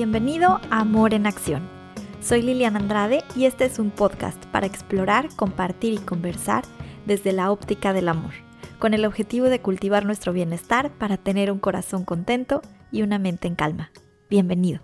Bienvenido a Amor en Acción. Soy Liliana Andrade y este es un podcast para explorar, compartir y conversar desde la óptica del amor, con el objetivo de cultivar nuestro bienestar para tener un corazón contento y una mente en calma. Bienvenido.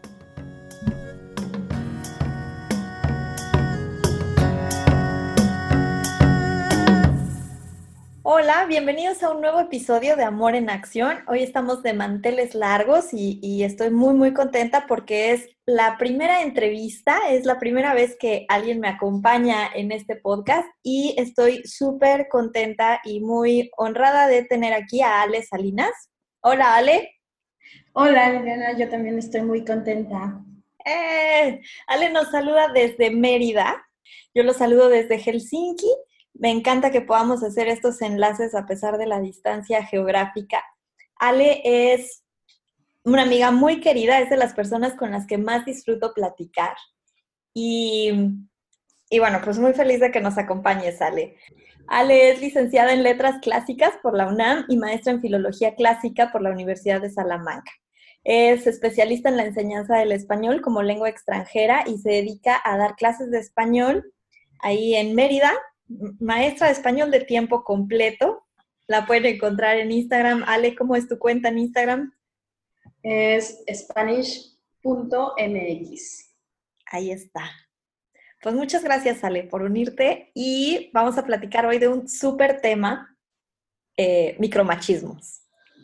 Hola, bienvenidos a un nuevo episodio de Amor en Acción. Hoy estamos de manteles largos y estoy muy contenta porque es la primera entrevista, es la primera vez que alguien me acompaña en este podcast y estoy súper contenta y muy honrada de tener aquí a Ale Salinas. Hola, Ale. Hola, Liliana, yo también estoy muy contenta. Ale nos saluda desde Mérida. Yo lo saludo desde Helsinki. Me encanta que podamos hacer estos enlaces a pesar de la distancia geográfica. Ale es una amiga muy querida, es de las personas con las que más disfruto platicar. Y, y bueno, pues muy feliz de que nos acompañes, Ale. Ale es licenciada en Letras Clásicas por la UNAM y maestra en Filología Clásica por la Universidad de Salamanca. Es especialista en la enseñanza del español como lengua extranjera y se dedica a dar clases de español ahí en Mérida, maestra de español de tiempo completo. La pueden encontrar en Instagram. Ale, ¿cómo es tu cuenta en Instagram? Es spanish.mx. Ahí está. Pues muchas gracias, Ale, por unirte y vamos a platicar hoy de un súper tema, micromachismos.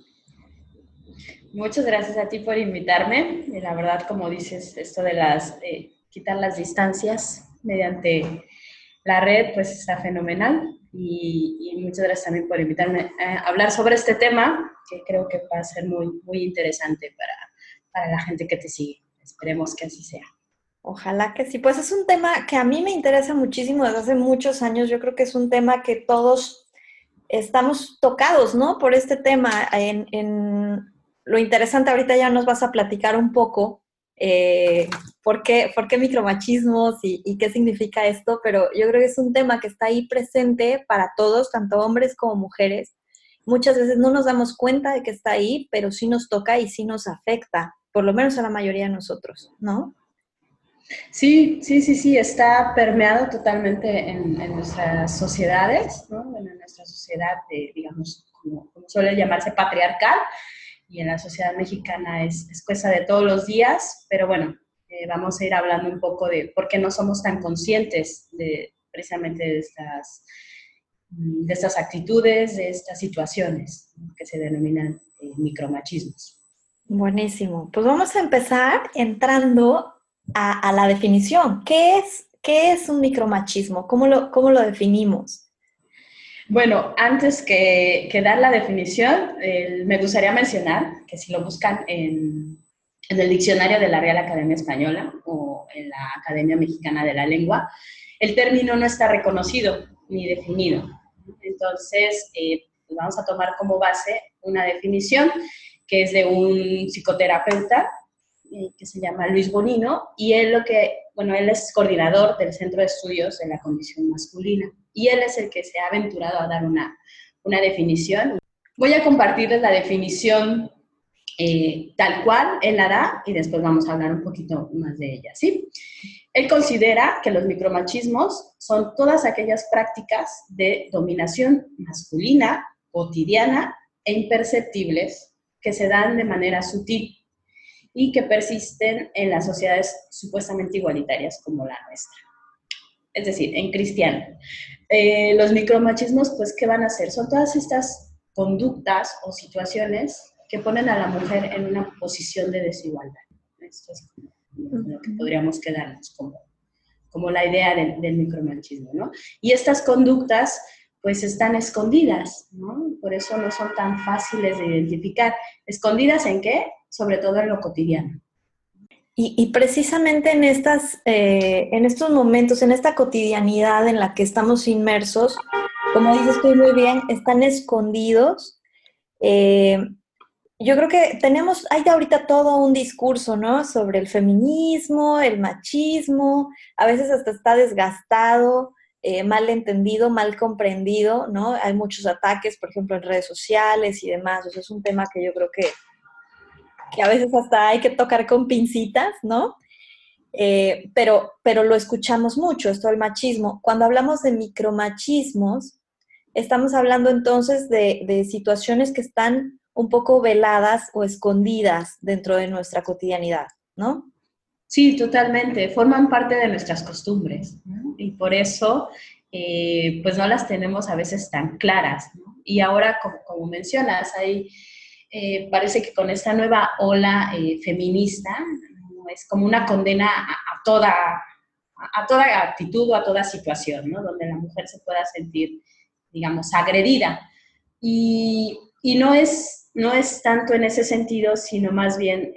Muchas gracias a ti por invitarme. La verdad, como dices, esto de quitar las distancias mediante la red, pues está fenomenal. Y muchas gracias también por invitarme a hablar sobre este tema, que creo que va a ser muy interesante para la gente que te sigue. Esperemos que así sea. Ojalá que sí. Pues es un tema que a mí me interesa muchísimo desde hace muchos años. Yo creo que es un tema que todos estamos tocados, ¿no? Por este tema. Lo interesante, ahorita ya nos vas a platicar un poco por qué micromachismos y qué significa esto, pero yo creo que es un tema que está ahí presente para todos, tanto hombres como mujeres. Muchas veces no nos damos cuenta de que está ahí, pero sí nos toca y sí nos afecta, por lo menos a la mayoría de nosotros, ¿no? Sí, está permeado totalmente en nuestras sociedades, ¿no? Bueno, en nuestra sociedad, digamos, como suele llamarse patriarcal, y en la sociedad mexicana es cosa de todos los días, pero bueno, vamos a ir hablando un poco de por qué no somos tan conscientes precisamente de estas actitudes, de estas situaciones, ¿no?, que se denominan micromachismos. Buenísimo. Pues vamos a empezar entrando a la definición. ¿Qué es un micromachismo? ¿Cómo lo definimos? Bueno, antes que dar la definición, me gustaría mencionar que si lo buscan en el diccionario de la Real Academia Española o en la Academia Mexicana de la Lengua, el término no está reconocido ni definido. Entonces, pues vamos a tomar como base una definición que es de un psicoterapeuta que se llama Luis Bonino, y él él es coordinador del Centro de Estudios de la Condición Masculina, y él es el que se ha aventurado a dar una definición. Voy a compartirles la definición tal cual él la da, y después vamos a hablar un poquito más de ella, ¿sí? Él considera que los micromachismos son todas aquellas prácticas de dominación masculina, cotidiana e imperceptibles que se dan de manera sutil y que persisten en las sociedades supuestamente igualitarias como la nuestra. Es decir, en cristiano. Los micromachismos, pues, ¿qué van a hacer? Son todas estas conductas o situaciones que ponen a la mujer en una posición de desigualdad. Esto es lo que podríamos quedarnos como la idea del micromachismo, ¿no? Y estas conductas, pues, están escondidas, ¿no? Por eso no son tan fáciles de identificar. ¿Escondidas en qué? Sobre todo en lo cotidiano. Y precisamente en estos momentos, en esta cotidianidad en la que estamos inmersos, como dices tú muy bien, están escondidos. Yo creo que hay ahorita todo un discurso, ¿no? Sobre el feminismo, el machismo, a veces hasta está desgastado, mal entendido, mal comprendido, ¿no? Hay muchos ataques, por ejemplo, en redes sociales y demás. Eso es un tema que yo creo que que a veces hasta hay que tocar con pincitas, ¿no? Pero lo escuchamos mucho, esto del machismo. Cuando hablamos de micromachismos, estamos hablando entonces de situaciones que están un poco veladas o escondidas dentro de nuestra cotidianidad, ¿no? Sí, totalmente. Forman parte de nuestras costumbres, ¿no? Y por eso, pues no las tenemos a veces tan claras, ¿no? Y ahora, como mencionas, hay, parece que con esta nueva ola feminista, ¿no? Es como una condena a toda actitud o a toda situación, ¿no? Donde la mujer se pueda sentir, digamos, agredida. Y no es tanto en ese sentido, sino más bien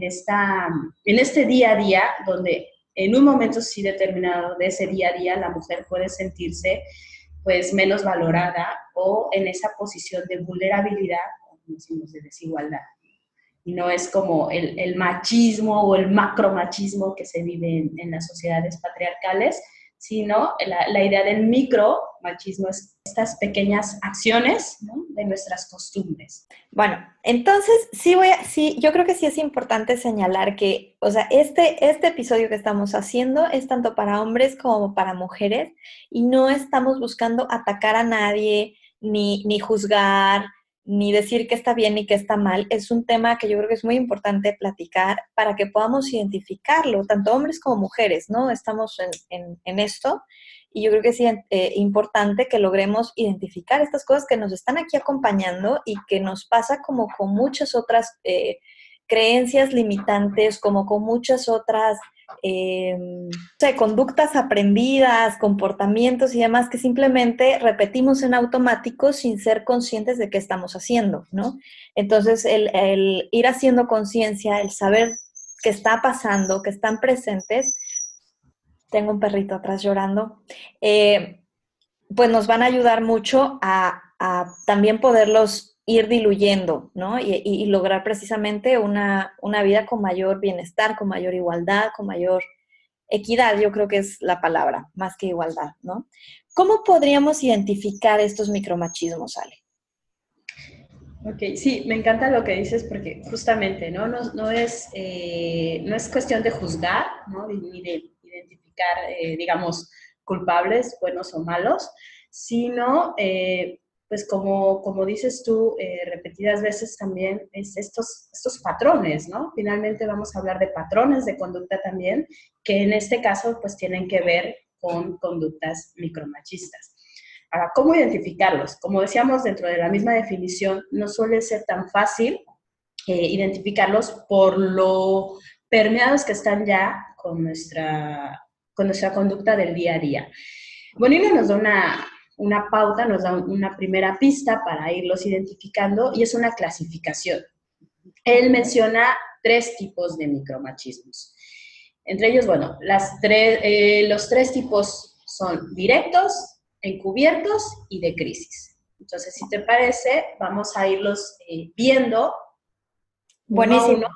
en este día a día, donde en un momento sí determinado de ese día a día la mujer puede sentirse pues menos valorada o en esa posición de vulnerabilidad, como decimos, de desigualdad. Y no es como el machismo o el macromachismo que se vive en las sociedades patriarcales, sino la idea del micromachismo es estas pequeñas acciones, ¿no?, de nuestras costumbres. Bueno, entonces sí, yo creo que sí es importante señalar que, o sea, este episodio que estamos haciendo es tanto para hombres como para mujeres y no estamos buscando atacar a nadie, ni juzgar, ni decir que está bien y que está mal. Es un tema que yo creo que es muy importante platicar para que podamos identificarlo, tanto hombres como mujeres, ¿no? Estamos en esto. Y yo creo que es importante que logremos identificar estas cosas que nos están aquí acompañando y que nos pasa como con muchas otras creencias limitantes, como con muchas otras no sé, conductas aprendidas, comportamientos y demás que simplemente repetimos en automático sin ser conscientes de qué estamos haciendo, ¿no? Entonces, el ir haciendo conciencia, el saber qué está pasando, que están presentes, tengo un perrito atrás llorando, pues nos van a ayudar mucho a también poderlos ir diluyendo, ¿no? Y lograr precisamente una vida con mayor bienestar, con mayor igualdad, con mayor equidad, yo creo que es la palabra, más que igualdad, ¿no? ¿Cómo podríamos identificar estos micromachismos, Ale? Ok, sí, me encanta lo que dices porque justamente, ¿no? No es cuestión de juzgar, ¿no? Ni de identificar, digamos, culpables, buenos o malos, sino, pues como dices tú, repetidas veces también, es estos patrones, ¿no? Finalmente vamos a hablar de patrones de conducta también, que en este caso, pues tienen que ver con conductas micromachistas. Ahora, ¿cómo identificarlos? Como decíamos, dentro de la misma definición, no suele ser tan fácil identificarlos por lo permeados que están ya con nuestra conducta del día a día. Bonino nos da una pauta, nos da una primera pista para irlos identificando y es una clasificación. Él menciona 3 tipos de micromachismos. Entre ellos, bueno, los 3 tipos son directos, encubiertos y de crisis. Entonces, si te parece, vamos a irlos viendo uno a uno Buenísimo.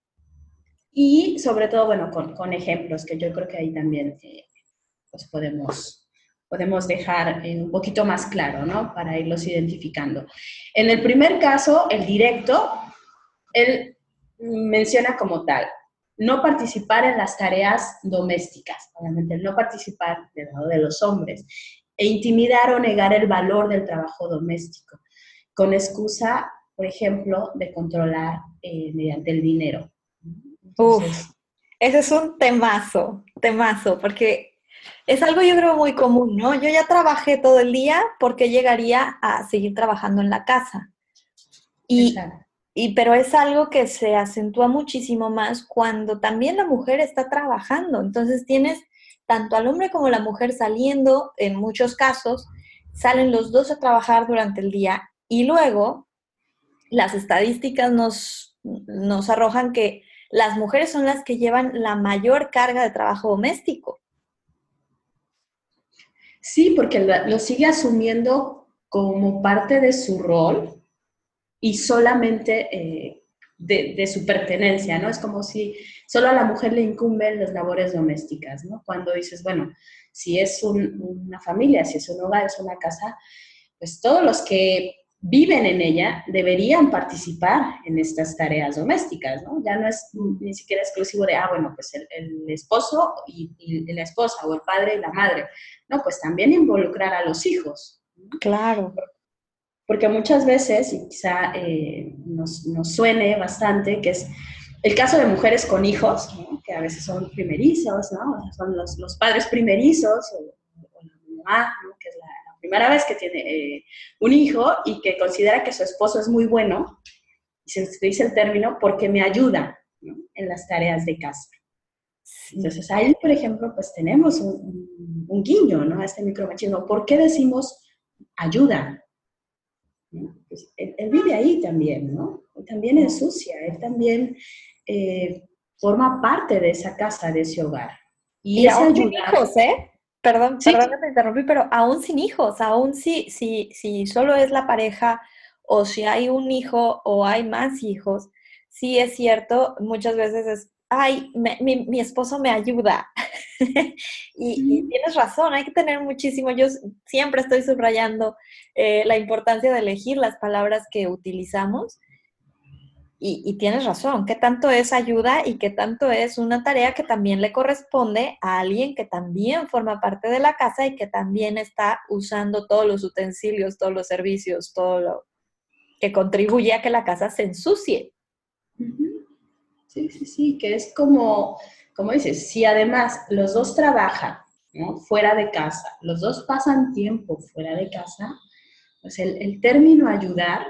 y sobre todo, bueno, con ejemplos, que yo creo que ahí también pues podemos dejar un poquito más claro, ¿no? Para irlos identificando. En el primer caso, el directo, él menciona como tal, no participar en las tareas domésticas, obviamente el no participar del lado de los hombres, e intimidar o negar el valor del trabajo doméstico, con excusa, por ejemplo, de controlar mediante el dinero. Uf, Entonces, ese es un temazo, porque es algo yo creo muy común, ¿no? Yo ya trabajé todo el día, ¿por qué llegaría a seguir trabajando en la casa? Y, exacto. pero es algo que se acentúa muchísimo más cuando también la mujer está trabajando. Entonces tienes tanto al hombre como la mujer saliendo, en muchos casos, salen los dos a trabajar durante el día y luego las estadísticas nos arrojan que las mujeres son las que llevan la mayor carga de trabajo doméstico. Sí, porque lo sigue asumiendo como parte de su rol y solamente de su pertenencia, ¿no? Es como si solo a la mujer le incumben las labores domésticas, ¿no? Cuando dices, bueno, si es una familia, si es un hogar, es una casa, pues todos los que viven en ella deberían participar en estas tareas domésticas, ¿no? Ya no es ni siquiera exclusivo de, bueno, pues el esposo y la esposa, o el padre y la madre. No, pues también involucrar a los hijos, ¿no? Claro. Porque muchas veces, y quizá nos suene bastante, que es el caso de mujeres con hijos, ¿no? Que a veces son primerizos, ¿no? O sea, son los padres primerizos, o la mamá, ¿no? Que es la primera vez que tiene un hijo y que considera que su esposo es muy bueno, y se utiliza el término porque me ayuda, ¿no? En las tareas de casa. Sí. Entonces ahí, por ejemplo, pues tenemos un guiño, ¿no? A este micromachismo. ¿Por qué decimos ayuda? Pues él vive ahí también, ¿no? Él también ensucia, él también forma parte de esa casa, de ese hogar. Y esa aún sin ayuda... hijos, ¿eh? Perdón, Sí, perdón que te interrumpí, pero aún sin hijos, aún si solo es la pareja o si hay un hijo o hay más hijos, sí es cierto, muchas veces es, ay, mi esposo me ayuda. Y tienes razón, hay que tener muchísimo, yo siempre estoy subrayando la importancia de elegir las palabras que utilizamos. Y tienes razón, qué tanto es ayuda y qué tanto es una tarea que también le corresponde a alguien que también forma parte de la casa y que también está usando todos los utensilios, todos los servicios, todo lo que contribuye a que la casa se ensucie. sí, sí, sí, que es como dices, si además los dos trabajan, ¿no? Fuera de casa, los dos pasan tiempo fuera de casa, pues el término ayudar,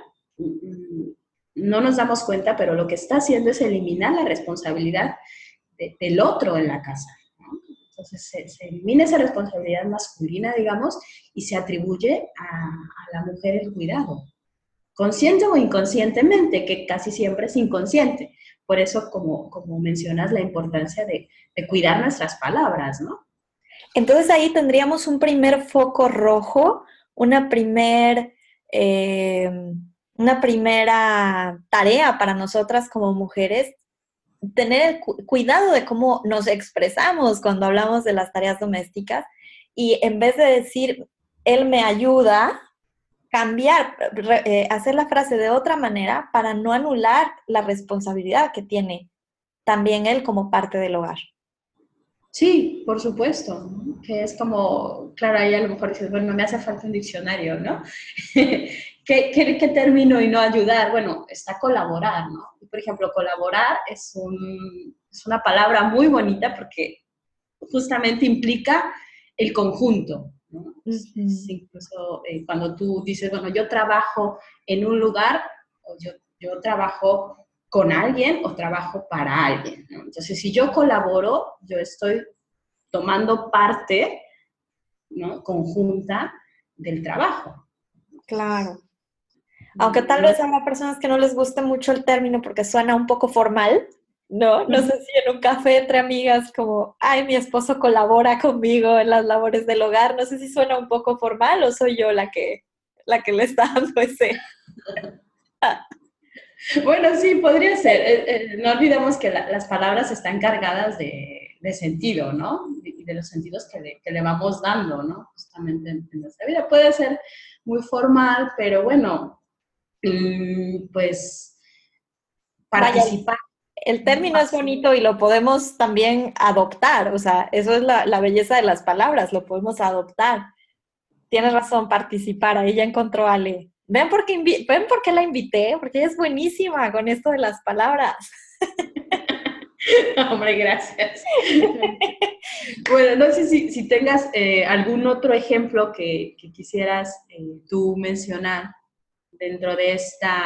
no nos damos cuenta, pero lo que está haciendo es eliminar la responsabilidad del otro en la casa, ¿no? Entonces se elimina esa responsabilidad masculina, digamos, y se atribuye a la mujer el cuidado, consciente o inconscientemente, que casi siempre es inconsciente. Por eso, como mencionas, la importancia de cuidar nuestras palabras, ¿no? Entonces ahí tendríamos un primer foco rojo, una primer, eh, una primera tarea para nosotras como mujeres, tener cuidado de cómo nos expresamos cuando hablamos de las tareas domésticas y en vez de decir, él me ayuda, cambiar, hacer la frase de otra manera para no anular la responsabilidad que tiene también él como parte del hogar. Sí, por supuesto, ¿no? Que es como, claro, ahí a lo mejor dices, bueno, me hace falta un diccionario, ¿no? ¿Qué término y no ayudar? Bueno, está colaborar, ¿no? Por ejemplo, colaborar es una palabra muy bonita porque justamente implica el conjunto, ¿no? Es incluso cuando tú dices, bueno, yo trabajo en un lugar o yo trabajo con alguien o trabajo para alguien, ¿no? Entonces, si yo colaboro, yo estoy tomando parte, ¿no? Conjunta del trabajo. Claro. Aunque tal No, vez habrá personas que no les guste mucho el término porque suena un poco formal, ¿no? No sé si en un café entre amigas como, ay, mi esposo colabora conmigo en las labores del hogar, no sé si suena un poco formal o soy yo la que le está dando ese... bueno, sí, podría ser. No olvidemos que las palabras están cargadas de sentido, ¿no? Y de los sentidos que le vamos dando, ¿no? Justamente en nuestra vida. Puede ser muy formal, pero bueno, pues Vaya, participar, el ¿no? término es bonito y lo podemos también adoptar, o sea, eso es la belleza de las palabras, lo podemos adoptar. Tienes razón, participar, ahí ya encontró a Ale. ¿Ven por qué la invité? Porque ella es buenísima con esto de las palabras. Hombre, gracias. Bueno, no sé si tengas algún otro ejemplo que quisieras tú mencionar dentro de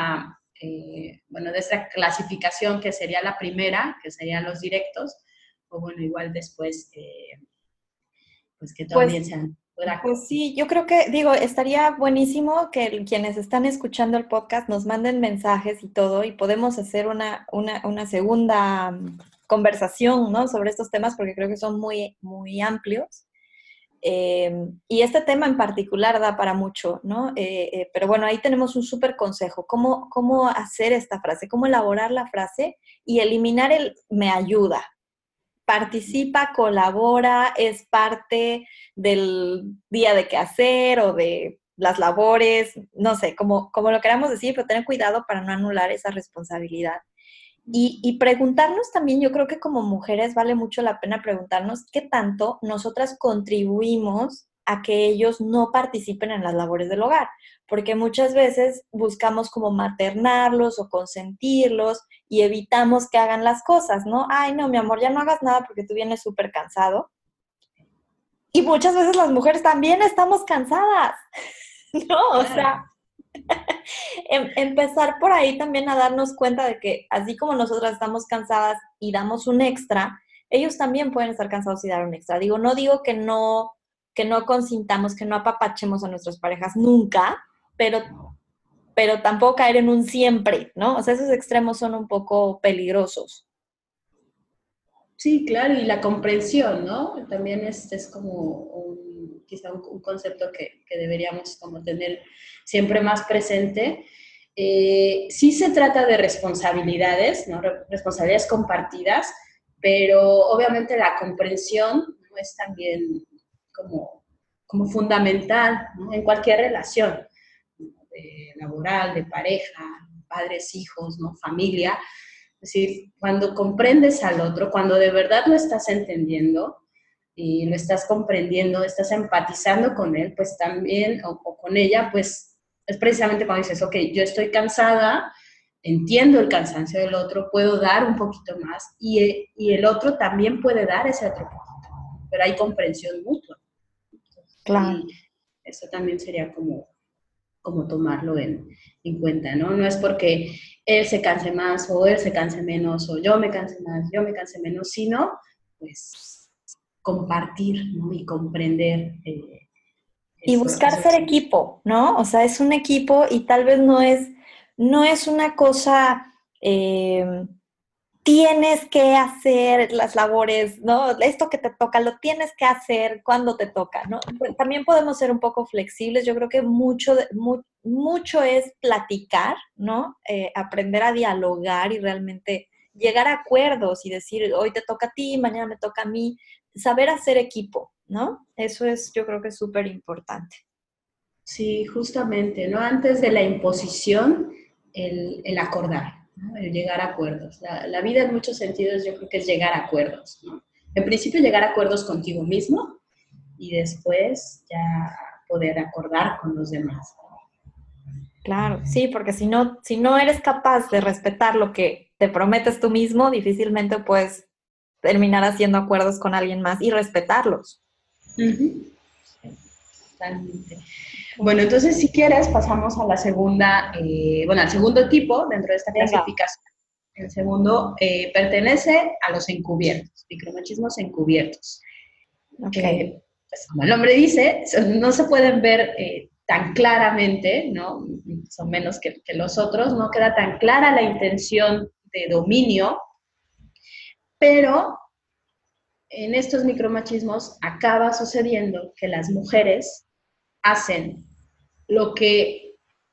de esta clasificación que sería la primera, que serían los directos, o bueno, igual después, pues que Pues también sean fuera. Pues sí, yo creo que, digo, estaría buenísimo que quienes están escuchando el podcast nos manden mensajes y todo, y podemos hacer una segunda conversación, ¿no? Sobre estos temas, porque creo que son muy, muy amplios. Y este tema en particular da para mucho, ¿no? Pero bueno, ahí tenemos un súper consejo, cómo hacer esta frase, cómo elaborar la frase y eliminar el me ayuda. Participa, colabora, es parte del día de qué hacer o de las labores, no sé, como lo queramos decir, pero tener cuidado para no anular esa responsabilidad. Y preguntarnos también, yo creo que como mujeres vale mucho la pena preguntarnos qué tanto nosotras contribuimos a que ellos no participen en las labores del hogar, porque muchas veces buscamos como maternarlos o consentirlos y evitamos que hagan las cosas, ¿no? Ay, no, mi amor, ya no hagas nada porque tú vienes súper cansado. Y muchas veces las mujeres también estamos cansadas, ¿no? O Claro. sea, empezar por ahí también a darnos cuenta de que así como nosotras estamos cansadas y damos un extra, ellos también pueden estar cansados y dar un extra. Digo, no digo que no consintamos, que no apapachemos a nuestras parejas nunca, pero tampoco caer en un siempre, ¿no? O sea, esos extremos son un poco peligrosos. Sí, claro, y la comprensión, ¿no? También es como quizá un concepto que deberíamos como tener siempre más presente. Sí se trata de responsabilidades, ¿no? Responsabilidades compartidas, pero obviamente la comprensión no es también como fundamental, ¿no? En cualquier relación, ¿no? Laboral, de pareja, padres, hijos, ¿no? Familia. Es decir, cuando comprendes al otro, cuando de verdad lo estás entendiendo y lo estás comprendiendo, estás empatizando con él, pues también, o con ella, pues es precisamente cuando dices, ok, yo estoy cansada, entiendo el cansancio del otro, puedo dar un poquito más y el otro también puede dar ese otro poquito, pero hay comprensión mutua. Entonces, Claro. ahí, eso también sería como tomarlo en cuenta, ¿no? No es porque él se canse más o él se canse menos o yo me canse más, yo me canse menos, sino pues compartir, ¿no? Y comprender Y buscar eso. ser equipo, ¿no? O sea, es un equipo y tal vez no es una cosa, tienes que hacer las labores, ¿no? Esto que te toca, lo tienes que hacer cuando te toca, ¿no? Pues también podemos ser un poco flexibles. Yo creo que mucho es platicar, ¿no? Aprender a dialogar y realmente llegar a acuerdos y decir, hoy te toca a ti, mañana me toca a mí. Saber hacer equipo, ¿no? Eso es, yo creo que es súper importante. Sí, justamente, ¿no? Antes de la imposición, el acordar, ¿no? El llegar a acuerdos. La vida en muchos sentidos yo creo que es llegar a acuerdos, ¿no? En principio llegar a acuerdos contigo mismo y después ya poder acordar con los demás. Claro, sí, porque si no eres capaz de respetar lo que te prometes tú mismo, difícilmente puedes terminar haciendo acuerdos con alguien más y respetarlos. Uh-huh. Totalmente. Bueno, entonces si quieres pasamos a la segunda, bueno, al segundo tipo dentro de esta Venga, clasificación. El segundo pertenece a los encubiertos, micromachismos encubiertos, ok. que, pues, como el nombre dice, no se pueden ver tan claramente, ¿no? Son menos que los otros, no queda tan clara la intención de dominio, pero en estos micromachismos acaba sucediendo que las mujeres hacen lo que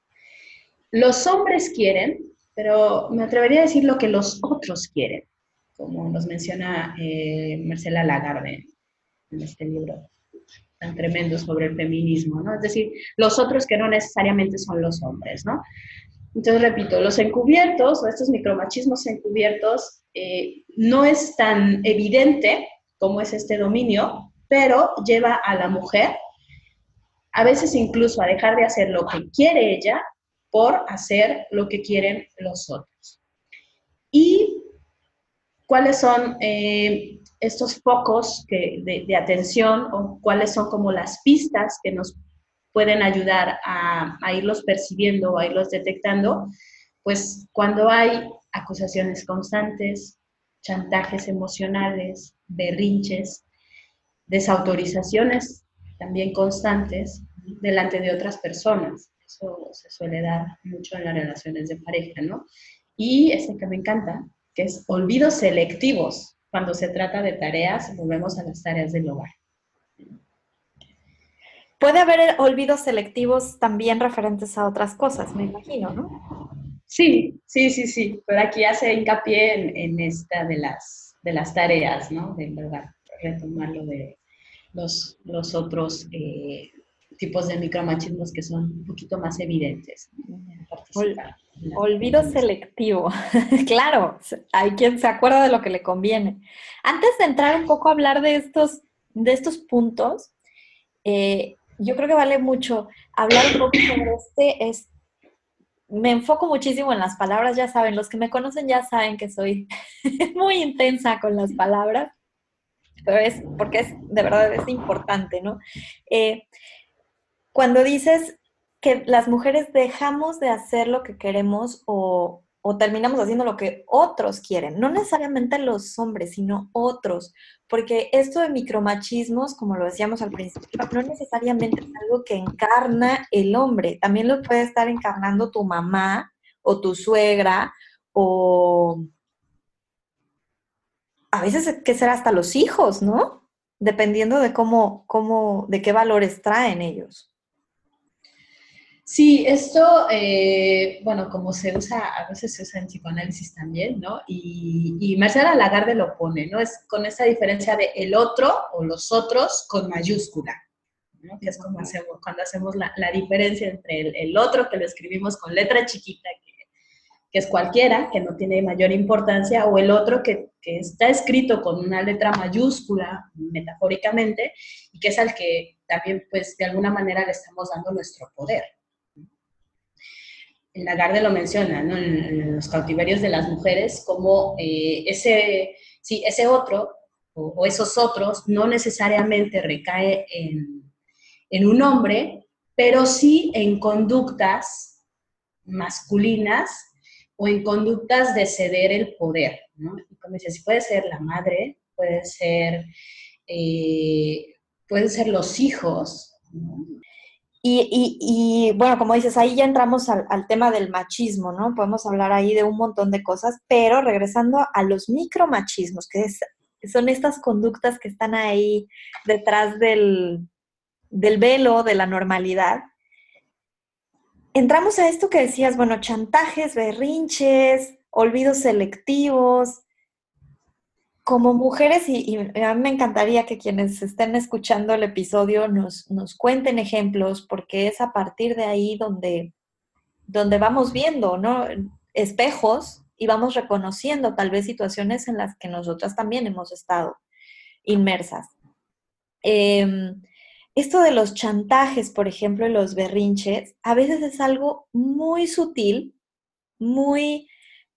los hombres quieren, pero me atrevería a decir lo que los otros quieren, como nos menciona Marcela Lagarde en este libro tan tremendo sobre el feminismo, ¿no? Es decir, los otros que no necesariamente son los hombres, ¿no? Entonces, repito, los encubiertos o estos micromachismos encubiertos no es tan evidente como es este dominio, pero lleva a la mujer a veces incluso a dejar de hacer lo que quiere ella por hacer lo que quieren los otros. ¿Y cuáles son estos focos de atención o cuáles son como las pistas que nos pueden ayudar a irlos percibiendo o a irlos detectando? Pues cuando hay acusaciones constantes, chantajes emocionales, berrinches, desautorizaciones también constantes delante de otras personas. Eso se suele dar mucho en las relaciones de pareja, ¿no? Y este que me encanta, que es olvidos selectivos. Cuando se trata de tareas, volvemos a las tareas del hogar. Puede haber olvidos selectivos también referentes a otras cosas, me imagino, ¿no? Sí, sí, sí, sí, pero aquí hace hincapié en esta de las tareas, ¿no? Del hogar, retomar lo de los otros tipos de micromachismos que son un poquito más evidentes. Participar en la Olvido comisión. selectivo. Claro, hay quien se acuerda de lo que le conviene. Antes de entrar un poco a hablar de estos puntos, yo creo que vale mucho hablar un poco sobre me enfoco muchísimo en las palabras, ya saben, los que me conocen ya saben que soy muy intensa con las palabras, pero es porque de verdad es importante, ¿no? Eh, Cuando dices que las mujeres dejamos de hacer lo que queremos o terminamos haciendo lo que otros quieren, no necesariamente los hombres, sino otros, porque esto de micromachismos, como lo decíamos al principio, no necesariamente es algo que encarna el hombre, también lo puede estar encarnando tu mamá o tu suegra o a veces que será hasta los hijos, ¿no? Dependiendo de de qué valores traen ellos. Sí, esto, bueno, como se usa, a veces se usa en psicoanálisis también, ¿no? Y Marcela Lagarde lo pone, ¿no? Es con esa diferencia de el otro o los otros con mayúscula, ¿no? Que es como cuando hacemos la diferencia entre el otro, que lo escribimos con letra chiquita, que es cualquiera, que no tiene mayor importancia, o el otro que está escrito con una letra mayúscula, metafóricamente, y que es al que también, pues, de alguna manera le estamos dando nuestro poder. Lagarde lo menciona, ¿no? En los cautiverios de las mujeres, como ese otro o esos otros no necesariamente recae en un hombre, pero sí en conductas masculinas o en conductas de ceder el poder, ¿no? Y como dices, puede ser la madre, eh, pueden ser los hijos, ¿no? Bueno, como dices, ahí ya entramos al tema del machismo, ¿no? Podemos hablar ahí de un montón de cosas, pero regresando a los micromachismos, son estas conductas que están ahí detrás del velo de la normalidad. Entramos a esto que decías, bueno, chantajes, berrinches, olvidos selectivos. Como mujeres, y a mí me encantaría que quienes estén escuchando el episodio nos cuenten ejemplos, porque es a partir de ahí donde vamos viendo, ¿no? Espejos y vamos reconociendo tal vez situaciones en las que nosotras también hemos estado inmersas. Esto de los chantajes, por ejemplo, y los berrinches, a veces es algo muy sutil, muy...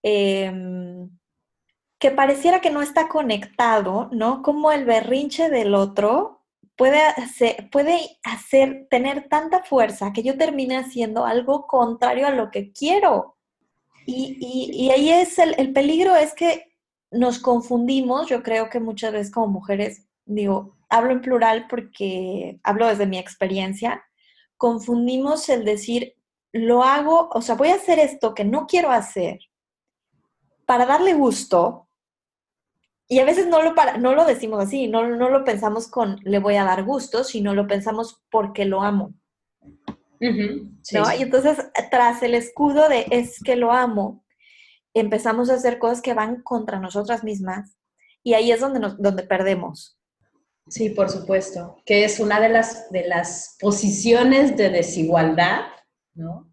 que pareciera que no está conectado, ¿no? Como el berrinche del otro tener tanta fuerza que yo termine haciendo algo contrario a lo que quiero. Y ahí es el peligro es que nos confundimos, yo creo que muchas veces como mujeres, digo, hablo en plural porque hablo desde mi experiencia, confundimos el decir, lo hago, o sea, voy a hacer esto que no quiero hacer para darle gusto. Y a veces no lo decimos así, no lo pensamos con le voy a dar gusto, sino lo pensamos porque lo amo, Sí, ¿no? Y entonces, tras el escudo de es que lo amo, empezamos a hacer cosas que van contra nosotras mismas y ahí es donde perdemos. sí, por supuesto, que es una de las posiciones de desigualdad, ¿no?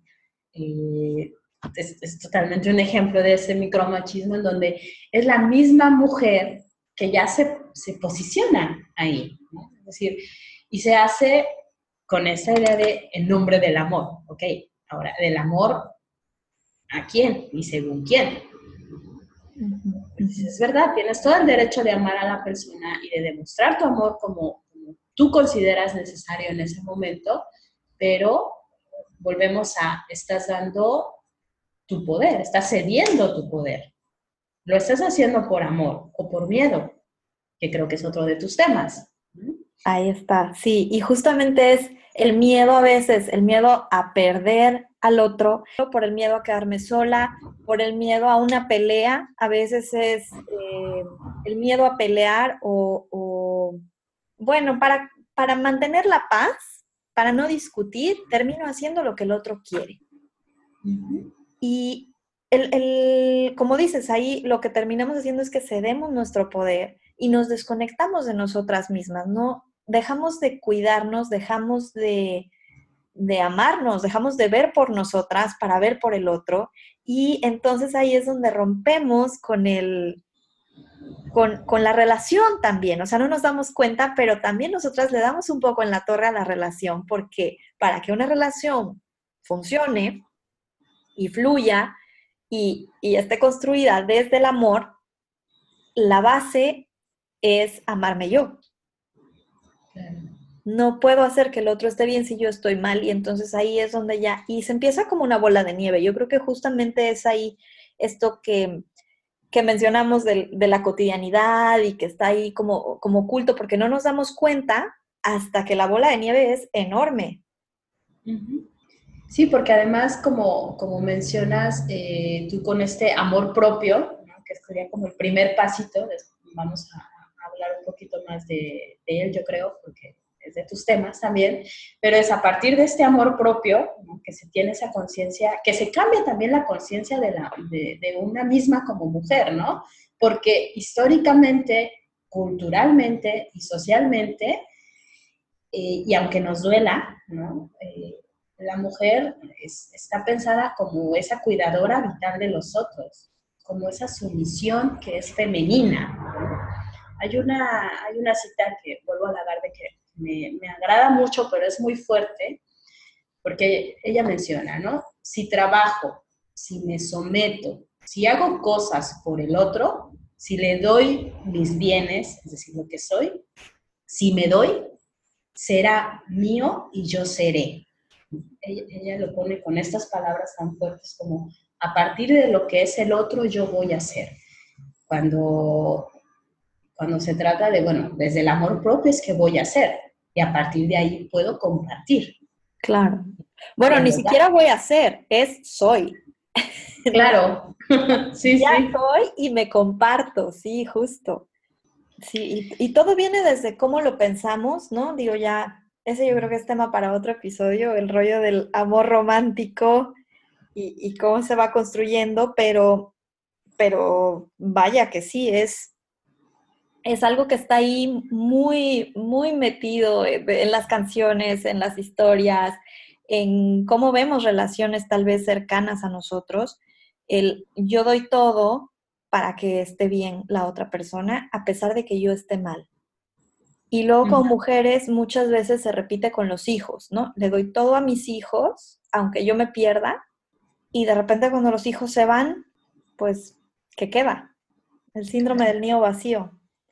Es totalmente un ejemplo de ese micromachismo en donde es la misma mujer que ya se posiciona ahí, ¿no? Es decir, y se hace con esa idea de en nombre del amor, ¿ok? Ahora, ¿del amor a quién y según quién? Uh-huh, Pues uh-huh. es verdad, tienes todo el derecho de amar a la persona y de demostrar tu amor como tú consideras necesario en ese momento, pero volvemos estás dando tu poder, estás cediendo tu poder. Lo estás haciendo por amor o por miedo, que creo que es otro de tus temas. Ahí está, sí, y justamente es el miedo a veces, el miedo a perder al otro, por el miedo a quedarme sola, por el miedo a una pelea, a veces es el miedo a pelear bueno, para mantener la paz, para no discutir, termino haciendo lo que el otro quiere. Uh-huh. Y como dices, ahí lo que terminamos haciendo es que cedemos nuestro poder y nos desconectamos de nosotras mismas, ¿no? Dejamos de cuidarnos, dejamos de de amarnos, dejamos de ver por nosotras para ver por el otro, y entonces ahí es donde rompemos con la relación también, o sea, no nos damos cuenta, pero también nosotras le damos un poco en la torre a la relación, porque para que una relación funcione y fluya y esté construida desde el amor, la base es amarme yo. Claro. No puedo hacer que el otro esté bien si yo estoy mal, y entonces ahí es donde ya, y se empieza como una bola de nieve. Yo creo que justamente es ahí esto que mencionamos de la cotidianidad y que está ahí como oculto, porque no nos damos cuenta hasta que la bola de nieve es enorme. Ujú. Sí, porque además, como mencionas, tú con este amor propio, ¿no? Que sería como el primer pasito, vamos a hablar un poquito más de él, yo creo, porque es de tus temas también, pero es a partir de este amor propio, ¿no? Que se tiene esa conciencia, que se cambia también la conciencia de una misma como mujer, ¿no? Porque históricamente, culturalmente y socialmente, y aunque nos duela, ¿no? La mujer está pensada como esa cuidadora vital de los otros, como esa sumisión que es femenina. Hay una cita que vuelvo a hablar de que me agrada mucho, pero es muy fuerte, porque ella menciona, ¿no? Si trabajo, si me someto, si hago cosas por el otro, si le doy mis bienes, es decir, lo que soy, si me doy, será mío y yo seré. Ella lo pone con estas palabras tan fuertes como, a partir de lo que es el otro, yo voy a ser. Cuando, cuando se trata de, bueno, desde el amor propio es que voy a ser, y a partir de ahí puedo compartir. Claro. Bueno, ni Puedo dar. siquiera voy a ser, es soy. ¿No? Claro, sí, Ya sí. soy y me comparto, sí, justo. Sí, y todo viene desde cómo lo pensamos, ¿no? Digo, ya, ese yo creo que es tema para otro episodio, el rollo del amor romántico y cómo se va construyendo, pero vaya que sí, es algo que está ahí muy, muy metido en las canciones, en las historias, en cómo vemos relaciones tal vez cercanas a nosotros. El yo doy todo para que esté bien la otra persona, a pesar de que yo esté mal. Y luego como mujeres muchas veces se repite con los hijos, ¿no? Le doy todo a mis hijos, aunque yo me pierda, y de repente cuando los hijos se van, pues, ¿qué queda? El síndrome del nido vacío.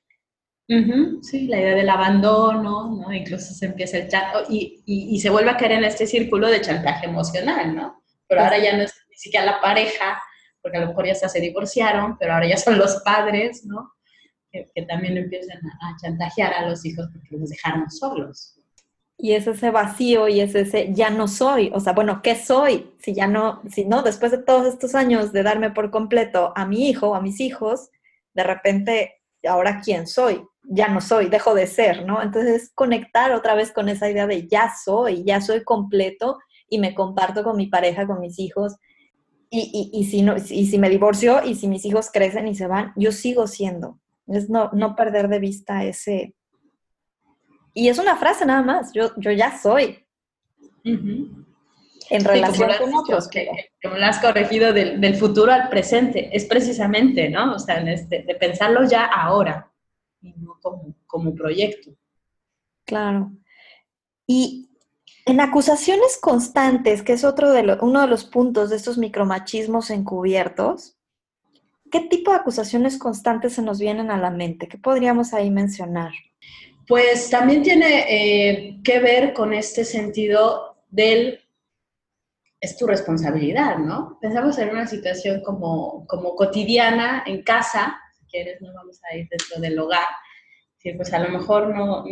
Sí, la idea del abandono, ¿no? Incluso se empieza el y se vuelve a caer en este círculo de chantaje emocional, ¿no? Pero ahora ya no es ni siquiera la pareja, porque a lo mejor ya se divorciaron, pero ahora ya son los padres, ¿no? Que también empiezan a chantajear a los hijos porque los dejaron solos. Y es ese vacío y es ese ya no soy. O sea, bueno, ¿qué soy? Si ya no, si no, después de todos estos años de darme por completo a mi hijo o a mis hijos, de repente, ¿ahora quién soy? Ya no soy, dejo de ser, ¿no? Entonces, conectar otra vez con esa idea de ya soy completo y me comparto con mi pareja, con mis hijos. Y si no, y si me divorcio y si mis hijos crecen y se van, yo sigo siendo. Es no perder de vista ese. Y es una frase nada más, yo ya soy Uh-huh. en Sí, como relación lo has con dicho, otros, pero como lo has corregido del futuro al presente, es precisamente, ¿no? O sea, de pensarlo ya ahora, y no como proyecto. claro. Y en acusaciones constantes, que es uno de los puntos de estos micromachismos encubiertos, ¿qué tipo de acusaciones constantes se nos vienen a la mente? ¿Qué podríamos ahí mencionar? Pues también tiene que ver con este sentido es tu responsabilidad, ¿no? Pensamos en una situación como cotidiana en casa, si quieres, no vamos a ir dentro del hogar, sí, pues a lo mejor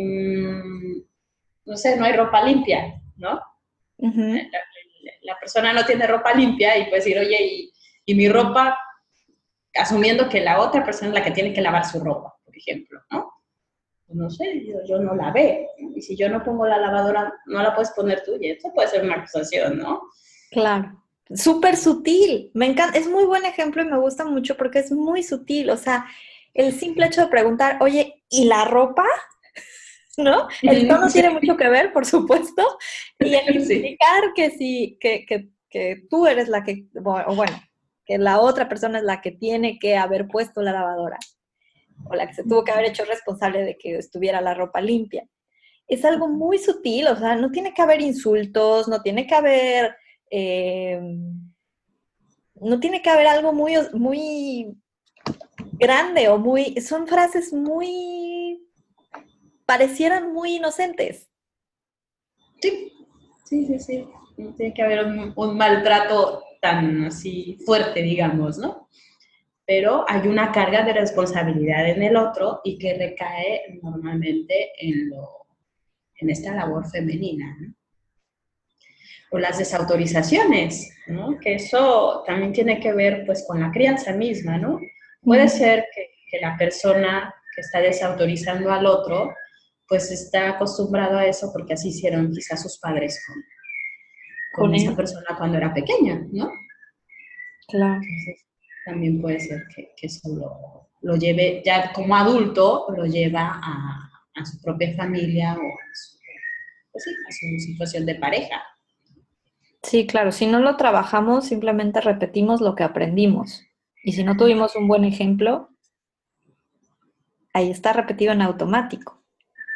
no sé, no hay ropa limpia, ¿no? Uh-huh. La persona no tiene ropa limpia y puede decir, oye, y mi ropa, asumiendo que la otra persona es la que tiene que lavar su ropa, por ejemplo, ¿no? No sé, yo no la ve. ¿No? Y si yo no pongo la lavadora, no la puedes poner tú, y esto puede ser una acusación, ¿no? Claro. Súper sutil. Me encanta, es muy buen ejemplo y me gusta mucho porque es muy sutil. O sea, el simple hecho de preguntar, oye, ¿y la ropa? ¿no? El tono Sí, tiene mucho que ver, por supuesto, y el sí. implicar que sí, que tú eres la que, o bueno, que la otra persona es la que tiene que haber puesto la lavadora, o la que se tuvo que haber hecho responsable de que estuviera la ropa limpia. Es algo muy sutil, o sea, no tiene que haber insultos, no tiene que haber, eh, no tiene que haber algo muy, muy grande o muy, son frases muy, parecieran muy inocentes. Sí, sí, sí, sí. No tiene que haber un maltrato tan así fuerte, digamos, ¿no? Pero hay una carga de responsabilidad en el otro y que recae normalmente en esta labor femenina, ¿no? O las desautorizaciones, ¿no? Que eso también tiene que ver pues con la crianza misma, ¿no? Puede ser que la persona que está desautorizando al otro pues está acostumbrado a eso porque así hicieron quizás sus padres con Con esa él, persona cuando era pequeña, ¿no? claro. Entonces, también puede ser que eso lo lleve, ya como adulto, lo lleva a su propia familia o a su, pues sí, a su situación de pareja. Sí, claro, si no lo trabajamos, simplemente repetimos lo que aprendimos. Y si no tuvimos un buen ejemplo, ahí está repetido en automático.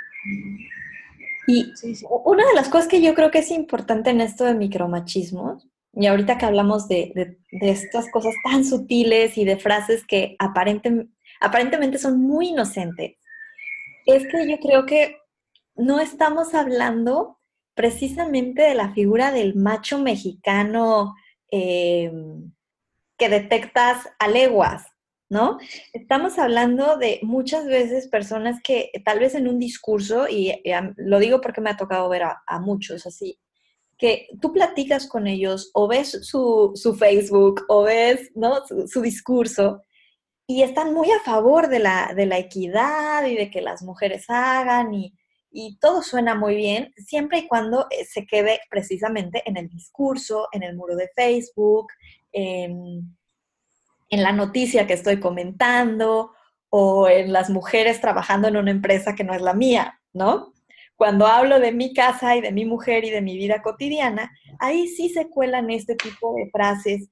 Y Sí, sí. una de las cosas que yo creo que es importante en esto de micromachismos, y ahorita que hablamos de estas cosas tan sutiles y de frases que aparentemente son muy inocentes, es que yo creo que no estamos hablando precisamente de la figura del macho mexicano eh, que detectas a leguas, ¿no? Estamos hablando de muchas veces personas que tal vez en un discurso, y lo digo porque me ha tocado ver a muchos así, que tú platicas con ellos o ves su Facebook o ves, ¿no? Su discurso y están muy a favor de la equidad y de que las mujeres hagan y todo suena muy bien, siempre y cuando se quede precisamente en el discurso, en el muro de Facebook, en la noticia que estoy comentando o en las mujeres trabajando en una empresa que no es la mía, ¿no? Cuando hablo de mi casa y de mi mujer y de mi vida cotidiana, ahí sí se cuelan este tipo de frases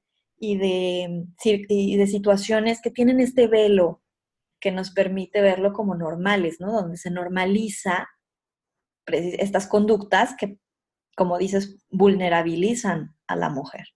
y de situaciones que tienen este velo que nos permite verlo como normales, ¿no? Donde se normaliza estas conductas que, como dices, vulnerabilizan a la mujer.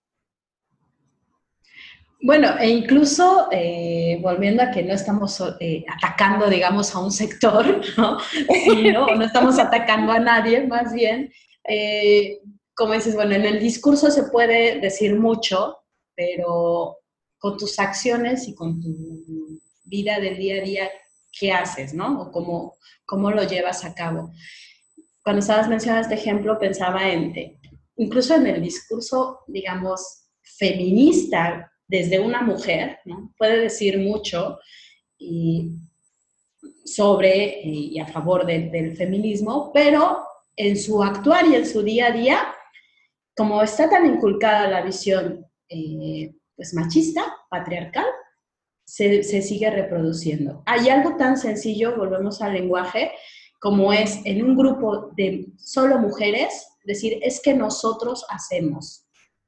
Bueno, e incluso volviendo a que no estamos atacando, digamos, a un sector, ¿no? Sino no estamos atacando a nadie, más bien, eh, como dices, bueno, en el discurso se puede decir mucho, pero con tus acciones y con tu vida del día a día, ¿qué haces, no? O cómo lo llevas a cabo. Cuando estabas mencionando este ejemplo, pensaba incluso en el discurso, digamos, feminista desde una mujer, ¿no? Puede decir mucho y sobre y a favor del feminismo, pero en su actuar y en su día a día, como está tan inculcada la visión pues machista, patriarcal, se sigue reproduciendo. Hay algo tan sencillo, volvemos al lenguaje, como es en un grupo de solo mujeres, decir, es que nosotros hacemos.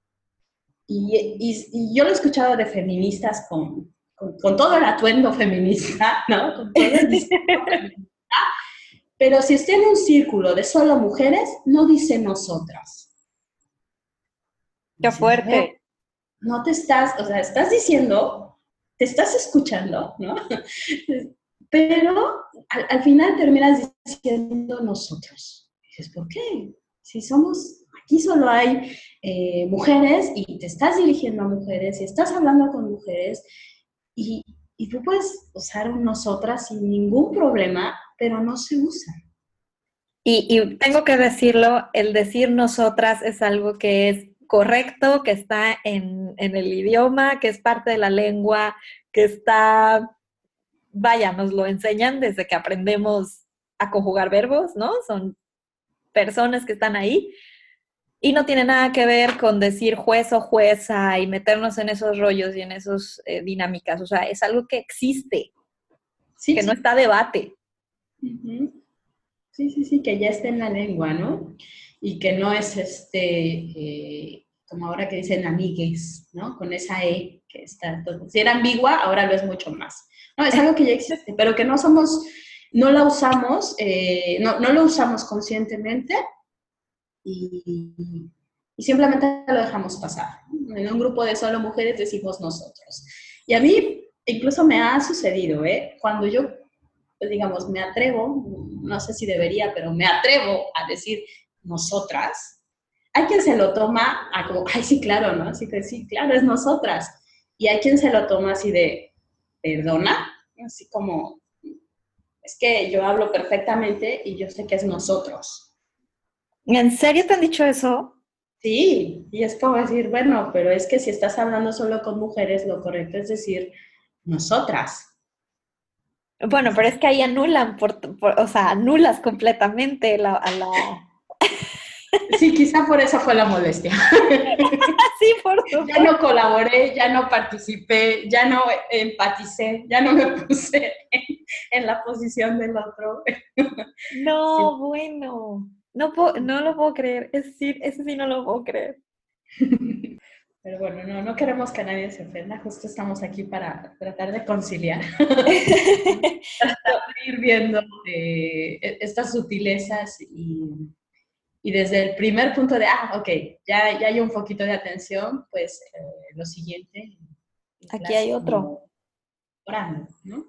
Y yo lo he escuchado de feministas con todo el atuendo feminista, ¿no? Con todo el discurso feminista, pero si está en un círculo de solo mujeres, no dice nosotras. ¡Qué Dices, a ver, fuerte! no te estás, o sea, estás diciendo, te estás escuchando, ¿no? Pero al final terminas diciendo nosotros. Dices, ¿por qué? Si somos, aquí solo hay mujeres y te estás dirigiendo a mujeres y estás hablando con mujeres y, y tú puedes usar un nosotras sin ningún problema, pero no se usa. Y tengo que decirlo, el decir nosotras es algo que es correcto, que está en el idioma, que es parte de la lengua, que está, vaya, nos lo enseñan desde que aprendemos a conjugar verbos, ¿no? Son personas que están ahí y no tiene nada que ver con decir juez o jueza y meternos en esos rollos y en esas dinámicas. O sea, es algo que existe, Sí, que no sí. está a debate. Uh -huh. Sí, sí, sí, que ya está en la lengua, ¿no? Y que no es como ahora que dicen amigues, ¿no? Con esa E que está todo. Si era ambigua, ahora lo es mucho más. No, es algo que ya existe, pero que no somos, no la usamos, no lo usamos conscientemente y, y simplemente lo dejamos pasar. En un grupo de solo mujeres decimos nosotros. Y a mí incluso me ha sucedido, ¿eh? Cuando yo, pues, digamos, me atrevo, no sé si debería, pero me atrevo a decir nosotras, hay quien se lo toma a como, ay, sí, claro, ¿no? Así que sí, claro, es nosotras. Y hay quien se lo toma así de, perdona, así como, es que yo hablo perfectamente y yo sé que es nosotros. ¿En serio te han dicho eso? Sí, y es como decir, bueno, pero es que si estás hablando solo con mujeres, lo correcto es decir nosotras. Bueno, pero es que ahí anulan, o sea, anulas completamente Sí, quizá por eso fue la molestia. Sí, por Ya no supuesto. colaboré, ya no participé, ya no empaticé, ya no me puse en la posición del otro. Sí. No, bueno. No lo puedo creer. Ese sí no lo puedo creer. Pero bueno, no queremos que nadie se ofenda, justo estamos aquí para tratar de conciliar, ir viendo estas sutilezas y desde el primer punto de, ok, ya hay un poquito de atención, pues lo siguiente, Aquí irlas hay otro. como orando, ¿no?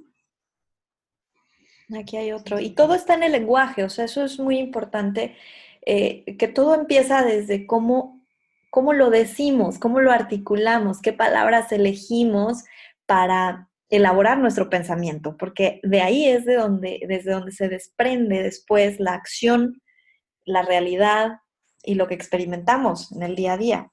Aquí hay Sí, otro. Y sí. todo está en el lenguaje, o sea, eso es muy importante, que todo empieza desde cómo lo decimos, cómo lo articulamos, qué palabras elegimos para elaborar nuestro pensamiento, porque de ahí es desde donde se desprende después la acción, la realidad y lo que experimentamos en el día a día.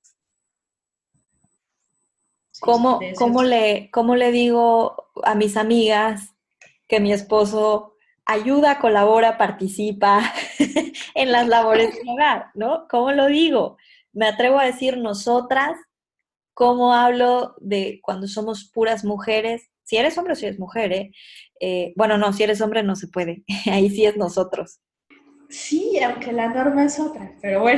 Sí, de eso es. Cómo le digo a mis amigas que mi esposo ayuda, colabora, participa en las labores del hogar, ¿no? ¿Cómo lo digo? Me atrevo a decir nosotras, cómo hablo de cuando somos puras mujeres, si eres hombre o si eres mujer, ¿eh? Bueno, no, si eres hombre no se puede, ahí sí es nosotros. Sí, aunque la norma es otra, pero bueno.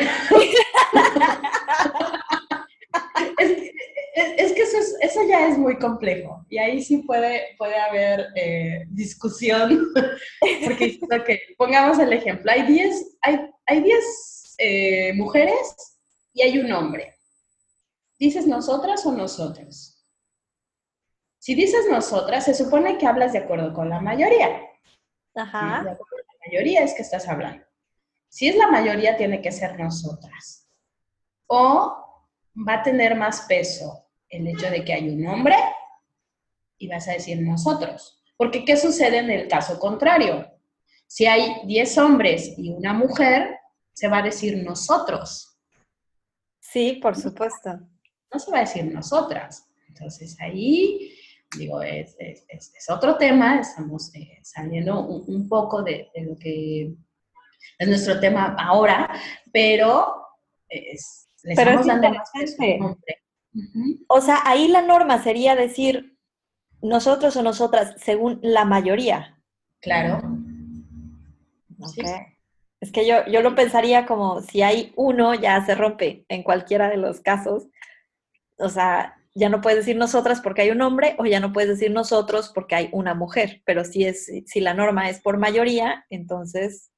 Es, es que eso ya es muy complejo y ahí sí puede haber discusión, porque pongamos el ejemplo, hay 10 mujeres y hay un hombre. ¿Dices nosotras o nosotros? Si dices nosotras, se supone que hablas de acuerdo con la mayoría, ¿no? De Ajá. acuerdo con la mayoría es que estás hablando. Si es la mayoría, tiene que ser nosotras. O va a tener más peso el hecho de que hay un hombre y vas a decir nosotros. Porque ¿qué sucede en el caso contrario? Si hay 10 hombres y una mujer, se va a decir nosotros. Sí, por supuesto. No se va a decir nosotras. Entonces ahí, digo, es otro tema, estamos saliendo un poco de lo que es nuestro tema ahora, pero le Pero es estamos dando más peso a un interesante. hombre. Uh-huh. O sea, ahí la norma sería decir nosotros o nosotras según la mayoría. Claro, Ok. sí. Es que yo lo pensaría como si hay uno, ya se rompe en cualquiera de los casos. O sea, ya no puedes decir nosotras porque hay un hombre o ya no puedes decir nosotros porque hay una mujer. Pero si la norma es por mayoría, entonces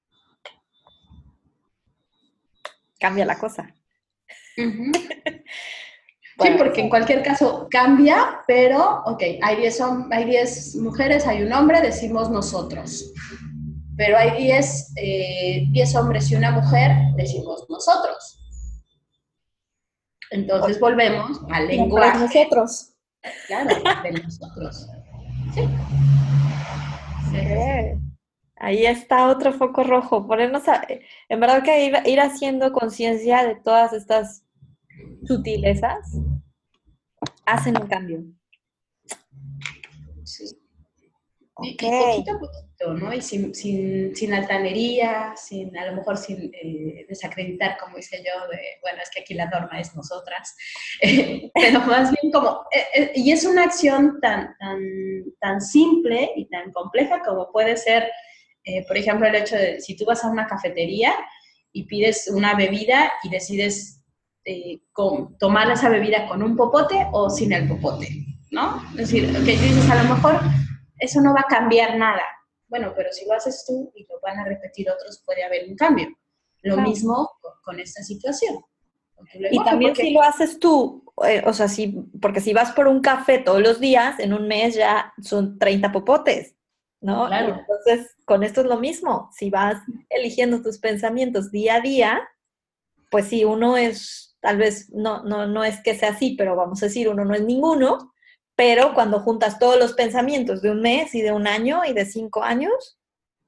cambia la cosa. Uh-huh. Sí, Bueno, porque en cualquier caso cambia, pero, ok, hay 10 mujeres, hay un hombre, decimos nosotros. Pero hay 10 hombres y una mujer, decimos nosotros. Entonces volvemos al siempre es lenguaje, nosotros. claro, de nosotros. Sí, sí, sí, sí. Ok. Ahí está otro foco rojo. En verdad que ir haciendo conciencia de todas estas sutilezas hacen un cambio. Sí. Ok. Y poquito a poquito, ¿no? Y sin altanería, a lo mejor sin desacreditar, como hice yo, bueno, es que aquí la norma es nosotras, pero más bien como, y es una acción tan simple y tan compleja como puede ser Por ejemplo, el hecho de si tú vas a una cafetería y pides una bebida y decides tomar esa bebida con un popote o sin el popote, ¿no? Es decir, que dices, a lo mejor eso no va a cambiar nada. Bueno, pero si lo haces tú y lo van a repetir otros, puede haber un cambio. Lo Claro. mismo con esta situación. Con tu Y lenguaje, también porque, si lo haces tú, o sea, porque si vas por un café todos los días, en un mes ya son 30 popotes, ¿no? Y claro, entonces con esto es lo mismo. Si vas eligiendo tus pensamientos día a día, pues sí, uno es, tal vez, no es que sea así, pero vamos a decir, uno no es ninguno, pero cuando juntas todos los pensamientos de un mes y de un año y de 5 años,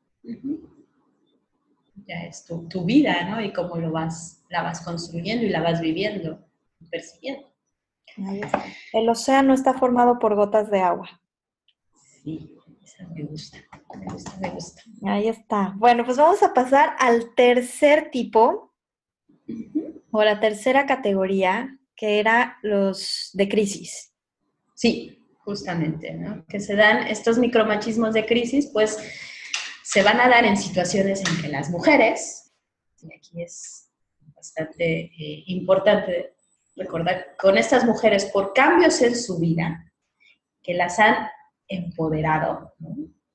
ya es tu vida, ¿no? Y cómo la vas construyendo y la vas viviendo, persiguiendo. ahí está. El océano está formado por gotas de agua. Sí, esa me gusta, me gusta, me gusta. Ahí está. Bueno, pues vamos a pasar al tercer tipo o la tercera categoría, que era los de crisis. Sí, justamente, ¿no? Que se dan estos micromachismos de crisis, pues se van a dar en situaciones en que las mujeres, y aquí es bastante importante recordar, con estas mujeres por cambios en su vida que las han empoderado, ¿no?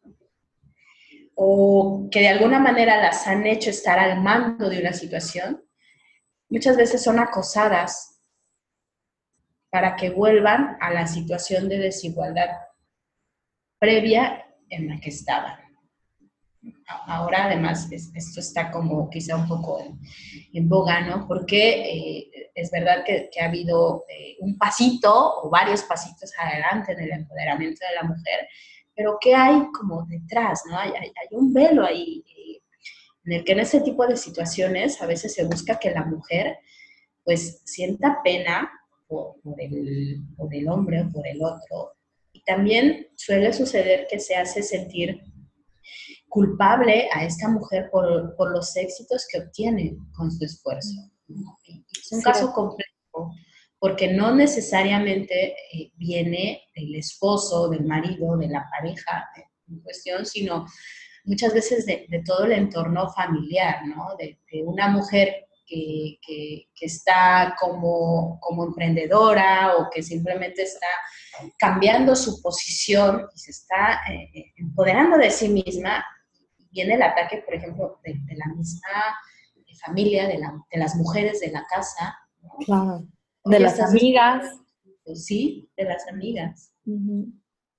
O que de alguna manera las han hecho estar al mando de una situación, muchas veces son acosadas para que vuelvan a la situación de desigualdad previa en la que estaban. Ahora además esto está como quizá un poco en boga, ¿no? Porque es verdad que ha habido un pasito o varios pasitos adelante en el empoderamiento de la mujer, pero ¿qué hay como detrás, no? Hay un velo ahí en el que en ese tipo de situaciones a veces se busca que la mujer pues sienta pena por el hombre o por el otro. Y también suele suceder que se hace sentir culpable a esta mujer por los éxitos que obtiene con su esfuerzo. Y es un Sí, caso complejo porque no necesariamente viene del esposo, del marido, de la pareja en cuestión, sino muchas veces de todo el entorno familiar, ¿no? De una mujer que está como emprendedora o que simplemente está cambiando su posición y se está empoderando de sí misma. Viene el ataque, por ejemplo, de la misma familia, de las mujeres de la casa, ¿no? claro. De Oye, las estás amigas. pues sí, de las amigas. Ujú.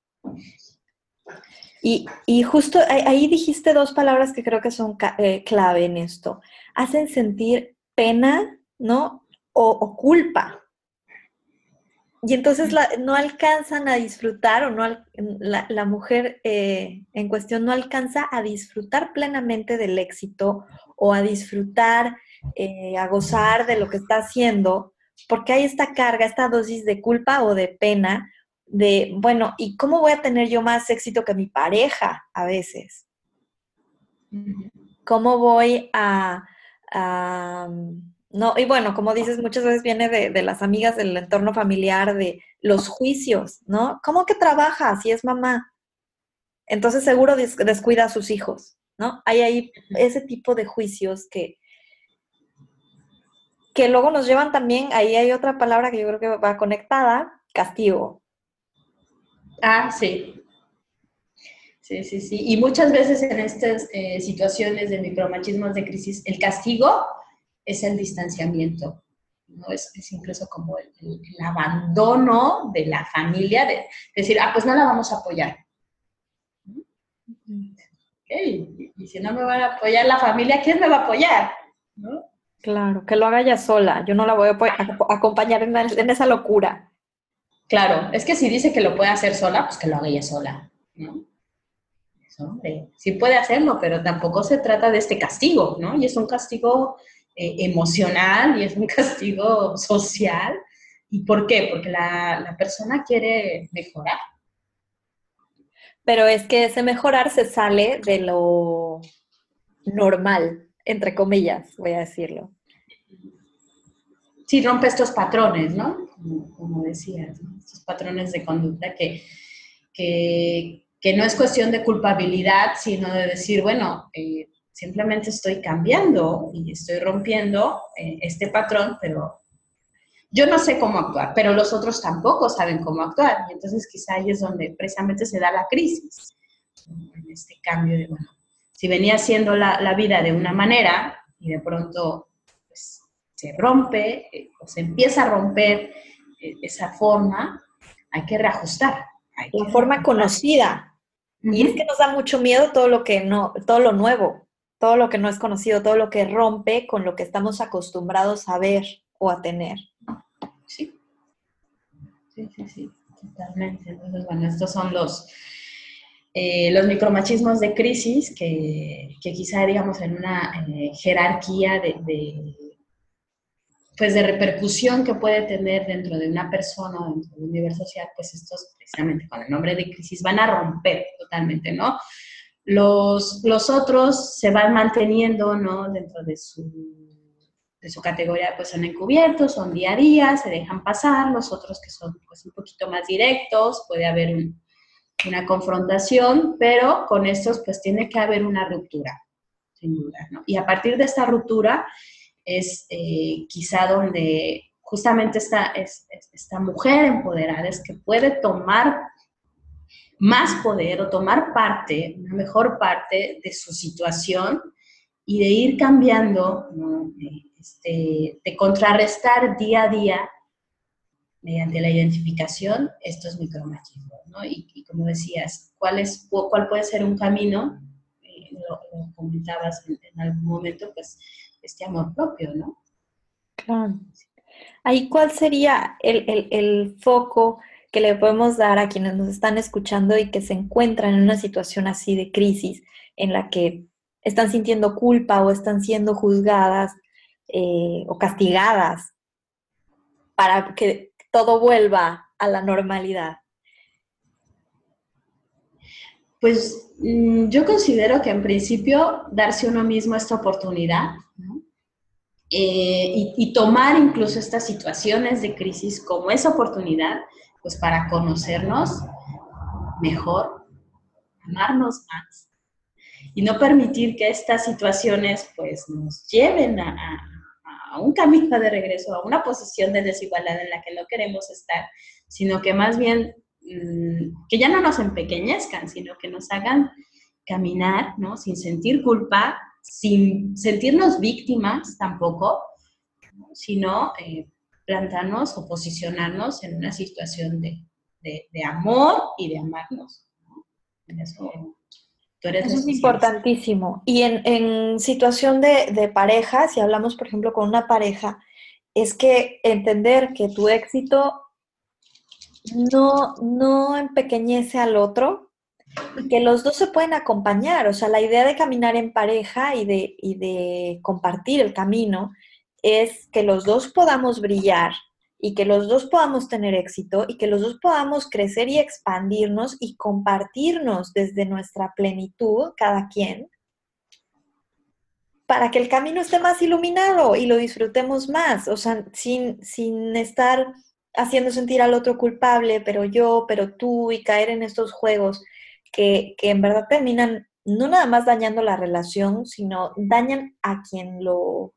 Y justo ahí dijiste dos palabras que creo que son clave en esto. Hacen sentir pena, ¿no? O culpa. Y entonces no alcanzan a disfrutar o la mujer en cuestión no alcanza a disfrutar plenamente del éxito o a disfrutar, a gozar de lo que está haciendo, porque hay esta carga, esta dosis de culpa o de pena de, bueno, ¿y cómo voy a tener yo más éxito que mi pareja a veces? ¿Cómo voy a no, y bueno, como dices, muchas veces viene de las amigas del entorno familiar, de los juicios, ¿no? ¿Cómo que trabaja si es mamá? Entonces seguro descuida a sus hijos, ¿no? Hay ahí ese tipo de juicios que luego nos llevan también, ahí hay otra palabra que yo creo que va conectada, castigo. Ah, sí. Sí, sí, sí. Y muchas veces en estas situaciones de micromachismos de crisis, el castigo es el distanciamiento, ¿no? Es incluso como el abandono de la familia, de decir, ah, pues no la vamos a apoyar. Okay. Y si no me van a apoyar la familia, ¿quién me va a apoyar? ¿No? Claro, que lo haga ella sola. Yo no la voy a acompañar en esa locura. Claro, es que si dice que lo puede hacer sola, pues que lo haga ella sola, ¿no? Hombre, sí puede hacerlo, pero tampoco se trata de este castigo, ¿no? Y es un castigo emocional y es un castigo social. ¿Y por qué? Porque la persona quiere mejorar. Pero es que ese mejorar se sale de lo normal, entre comillas, voy a decirlo. Sí, rompe estos patrones, ¿no? Como decías, ¿no? Estos patrones de conducta que que no es cuestión de culpabilidad, sino de decir, bueno, simplemente estoy cambiando y estoy rompiendo este patrón, pero yo no sé cómo actuar, pero los otros tampoco saben cómo actuar. Y entonces quizá ahí es donde precisamente se da la crisis, en este cambio de, bueno, si venía haciendo la vida de una manera y de pronto pues, se rompe o se empieza a romper esa forma, hay que reajustar. Hay La que forma reajustar. conocida. Y es que Uh-huh. nos da mucho miedo todo lo que no, todo lo nuevo, todo lo que no es conocido, todo lo que rompe con lo que estamos acostumbrados a ver o a tener. Sí, sí, sí, sí, totalmente. Entonces, bueno, estos son los micromachismos de crisis que quizá, digamos, en una jerarquía pues de repercusión que puede tener dentro de una persona o dentro de un nivel social, pues estos, precisamente con el nombre de crisis, van a romper totalmente, ¿no? Los otros se van manteniendo, ¿no? Dentro de su categoría, pues son encubiertos, son día a día, se dejan pasar, los otros que son pues un poquito más directos, puede haber una confrontación, pero con estos pues tiene que haber una ruptura, sin duda, ¿no? Y a partir de esta ruptura es quizá donde justamente esta mujer empoderada es que puede tomar más poder o tomar parte, una mejor parte de su situación y de ir cambiando, ¿no? De contrarrestar día a día mediante la identificación estos micromachismos, ¿no? Y como decías, ¿cuál puede ser un camino? Lo comentabas en algún momento, pues este amor propio, ¿no? Claro. Ahí, ¿cuál sería el foco que le podemos dar a quienes nos están escuchando y que se encuentran en una situación así de crisis en la que están sintiendo culpa o están siendo juzgadas o castigadas para que todo vuelva a la normalidad? Pues yo considero que en principio darse uno mismo esta oportunidad, ¿no? Y tomar incluso estas situaciones de crisis como esa oportunidad, pues para conocernos mejor, amarnos más y no permitir que estas situaciones pues nos lleven a un camino de regreso, a una posición de desigualdad en la que no queremos estar, sino que más bien que ya no nos empequeñezcan, sino que nos hagan caminar, ¿no? Sin sentir culpa, sin sentirnos víctimas tampoco, ¿no? Sino plantarnos o posicionarnos en una situación de amor y de amarnos, ¿no? En eso tú eres la Eso es especialista. importantísimo. Y en situación de pareja, si hablamos, por ejemplo, con una pareja, es que entender que tu éxito no empequeñece al otro y que los dos se pueden acompañar. O sea, la idea de caminar en pareja y de compartir el camino es que los dos podamos brillar y que los dos podamos tener éxito y que los dos podamos crecer y expandirnos y compartirnos desde nuestra plenitud, cada quien, para que el camino esté más iluminado y lo disfrutemos más, o sea, sin estar haciendo sentir al otro culpable, pero yo, pero tú, y caer en estos juegos que en verdad terminan no nada más dañando la relación, sino dañan a quien lo,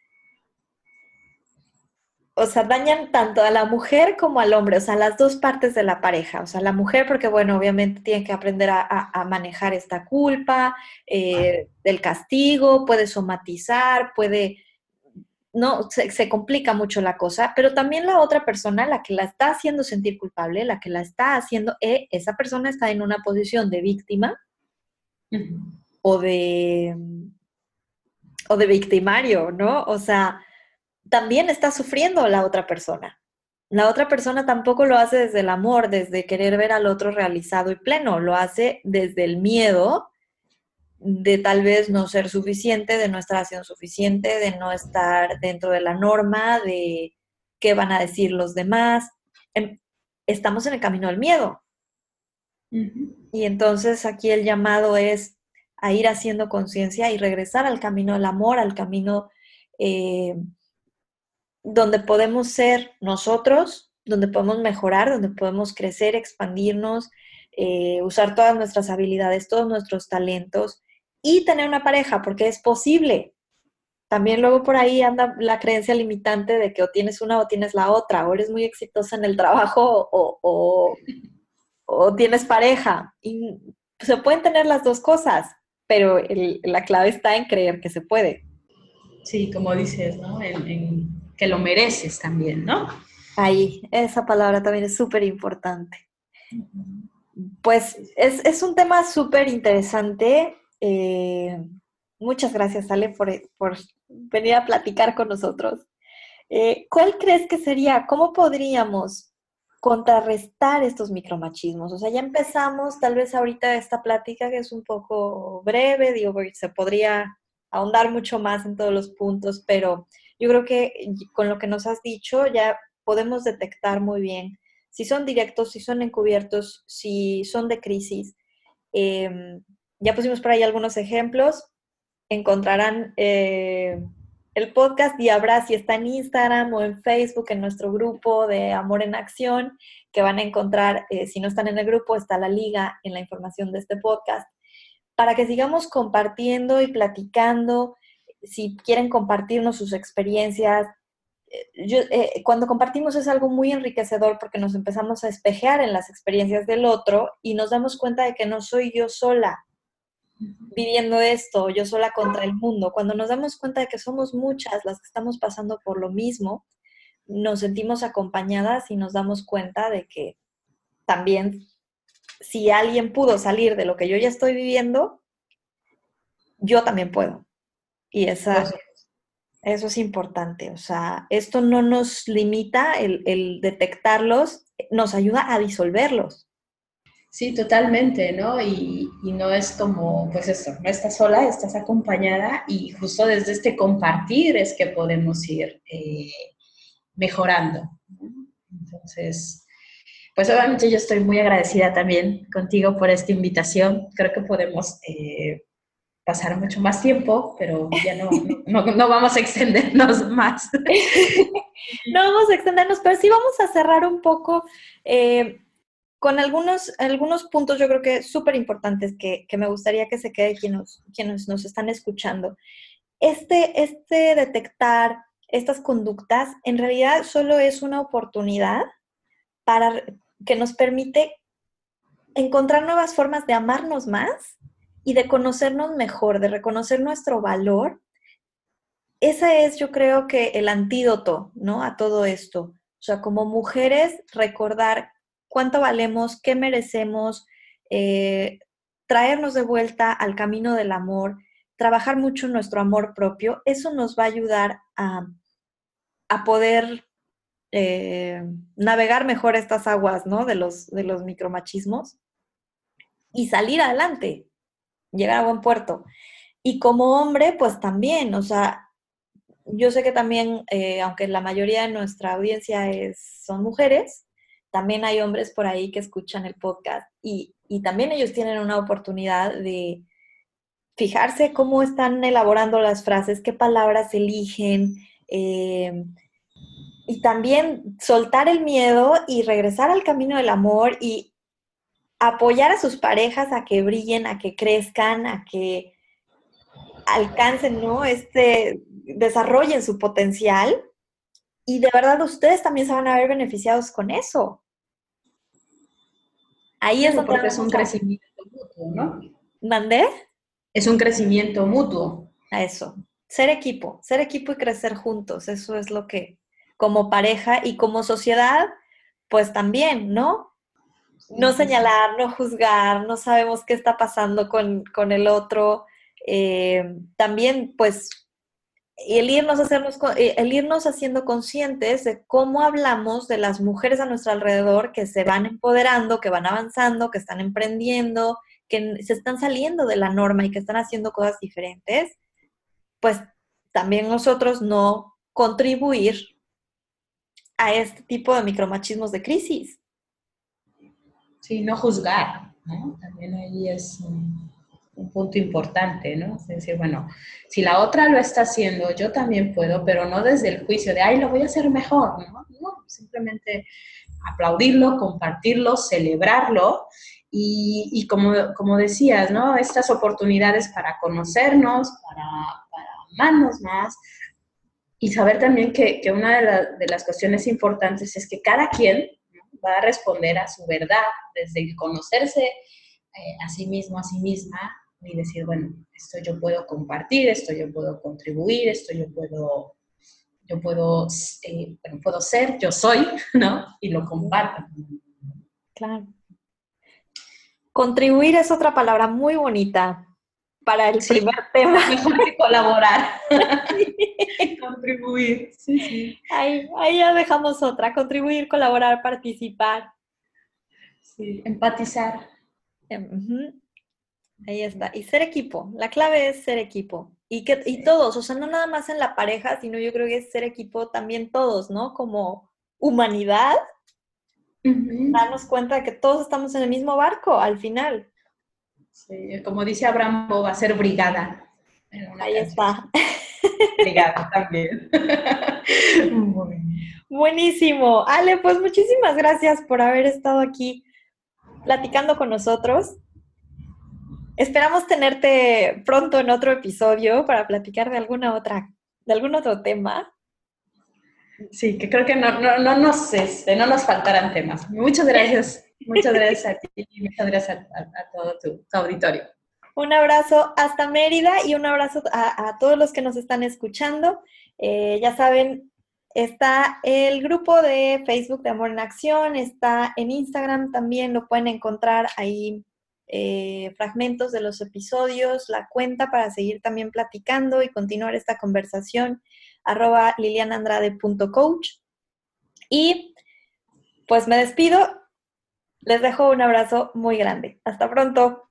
o sea, dañan tanto a la mujer como al hombre, o sea, las dos partes de la pareja. O sea, la mujer porque, bueno, obviamente tiene que aprender a manejar esta culpa, del castigo, puede somatizar, puede, no, se complica mucho la cosa, pero también la otra persona, la que la está haciendo sentir culpable, la que la está haciendo, esa persona está en una posición de víctima Uh-huh. o de, o de victimario, ¿no? O sea, también está sufriendo la otra persona. La otra persona tampoco lo hace desde el amor, desde querer ver al otro realizado y pleno, lo hace desde el miedo de tal vez no ser suficiente, de no estar haciendo suficiente, de no estar dentro de la norma, de qué van a decir los demás. Estamos en el camino del miedo. Uh-huh. Y entonces aquí el llamado es a ir haciendo conciencia y regresar al camino del amor, al camino eh, donde podemos ser nosotros, donde podemos mejorar, donde podemos crecer, expandirnos, usar todas nuestras habilidades, todos nuestros talentos y tener una pareja, porque es posible. También luego por ahí anda la creencia limitante de que o tienes una o tienes la otra, o eres muy exitosa en el trabajo o tienes pareja. Y se pueden tener las dos cosas, pero la clave está en creer que se puede. Sí, como dices, ¿no? En que lo mereces también, ¿no? Ahí, esa palabra también es súper importante. Pues es un tema súper interesante. Muchas gracias, Ale, por venir a platicar con nosotros. ¿Cuál crees que sería? ¿Cómo podríamos contrarrestar estos micromachismos? O sea, ya empezamos, tal vez ahorita esta plática que es un poco breve, digo, porque se podría ahondar mucho más en todos los puntos, pero yo creo que con lo que nos has dicho ya podemos detectar muy bien si son directos, si son encubiertos, si son de crisis. Ya pusimos por ahí algunos ejemplos. Encontrarán el podcast y habrá, si está en Instagram o en Facebook, en nuestro grupo de Amor en Acción, que van a encontrar, si no están en el grupo, está la liga en la información de este podcast, para que sigamos compartiendo y platicando. Si quieren compartirnos sus experiencias, cuando compartimos es algo muy enriquecedor porque nos empezamos a espejear en las experiencias del otro y nos damos cuenta de que no soy yo sola viviendo esto, yo sola contra el mundo. Cuando nos damos cuenta de que somos muchas las que estamos pasando por lo mismo, nos sentimos acompañadas y nos damos cuenta de que también si alguien pudo salir de lo que yo ya estoy viviendo, yo también puedo. Y eso es importante. O sea, esto no nos limita, el detectarlos, nos ayuda a disolverlos. Sí, totalmente, ¿no? Y no es como, pues eso, no estás sola, estás acompañada y justo desde este compartir es que podemos ir mejorando, ¿no? Entonces, pues obviamente yo estoy muy agradecida también contigo por esta invitación. Creo que podemos pasar mucho más tiempo, pero ya no vamos a extendernos más. No vamos a extendernos, pero sí vamos a cerrar un poco con algunos puntos yo creo que súper importantes que me gustaría que se quede quienes nos están escuchando. Este detectar estas conductas en realidad solo es una oportunidad para que nos permite encontrar nuevas formas de amarnos más y de conocernos mejor, de reconocer nuestro valor. Ese es, yo creo que el antídoto, ¿no? A todo esto. O sea, como mujeres, recordar cuánto valemos, qué merecemos, eh, traernos de vuelta al camino del amor, trabajar mucho en nuestro amor propio. Eso nos va a ayudar a poder navegar mejor estas aguas, ¿no? De los micromachismos y salir adelante, llegar a buen puerto. Y como hombre, pues también, o sea, yo sé que también, aunque la mayoría de nuestra audiencia son mujeres, también hay hombres por ahí que escuchan el podcast y también ellos tienen una oportunidad de fijarse cómo están elaborando las frases, qué palabras eligen, y también soltar el miedo y regresar al camino del amor y apoyar a sus parejas a que brillen, a que crezcan, a que alcancen, ¿no? Desarrollen su potencial y de verdad ustedes también se van a ver beneficiados con eso. Ahí es Claro, donde porque es un vamos a crecimiento mutuo, ¿no? mandar Es un crecimiento mutuo. a eso. Ser equipo y crecer juntos. Eso es lo que, como pareja y como sociedad, pues también, ¿no? No señalar, no juzgar, no sabemos qué está pasando con el otro. También, pues, el irnos haciendo conscientes de cómo hablamos de las mujeres a nuestro alrededor que se van empoderando, que van avanzando, que están emprendiendo, que se están saliendo de la norma y que están haciendo cosas diferentes, pues también nosotros no contribuir a este tipo de micromachismos de crisis. Sí, no juzgar, ¿no? También ahí es un punto importante, ¿no? Es decir, bueno, si la otra lo está haciendo, yo también puedo, pero no desde el juicio de, ay, lo voy a hacer mejor, ¿no? No, simplemente aplaudirlo, compartirlo, celebrarlo y como decías, ¿no? Estas oportunidades para conocernos, para amarnos más y saber también que una de las cuestiones importantes es que cada quien, ¿no?, va a responder a su verdad desde el conocerse a sí mismo, a sí misma, y decir, bueno, esto yo puedo compartir, esto yo puedo contribuir, esto bueno, puedo ser, yo soy, ¿no? Y lo comparto. Claro. Contribuir es otra palabra muy bonita para el Sí, primer tema. mejor que colaborar. Contribuir, sí, sí. Ahí ya dejamos otra. Contribuir, colaborar, participar. Sí, empatizar. Uh-huh. Ahí está. Y ser equipo. La clave es ser equipo. Y todos, o sea, no nada más en la pareja, sino yo creo que es ser equipo también todos, ¿no? Como humanidad, darnos cuenta de que todos estamos en el mismo barco al final. Sí, como dice Abraham, va a ser brigada. En una Ahí canción. está. Brigada también. Muy Buenísimo. Ale, pues muchísimas gracias por haber estado aquí platicando con nosotros. Esperamos tenerte pronto en otro episodio para platicar de algún otro tema. Sí, que creo que no nos faltarán temas. Muchas gracias a ti y muchas gracias a todo tu auditorio. Un abrazo hasta Mérida y un abrazo a todos los que nos están escuchando. Ya saben, está el grupo de Facebook de Amor en Acción, está en Instagram también, lo pueden encontrar ahí fragmentos de los episodios, la cuenta para seguir también platicando y continuar esta conversación, @lilianandrade.coach. Y pues me despido, les dejo un abrazo muy grande. Hasta pronto.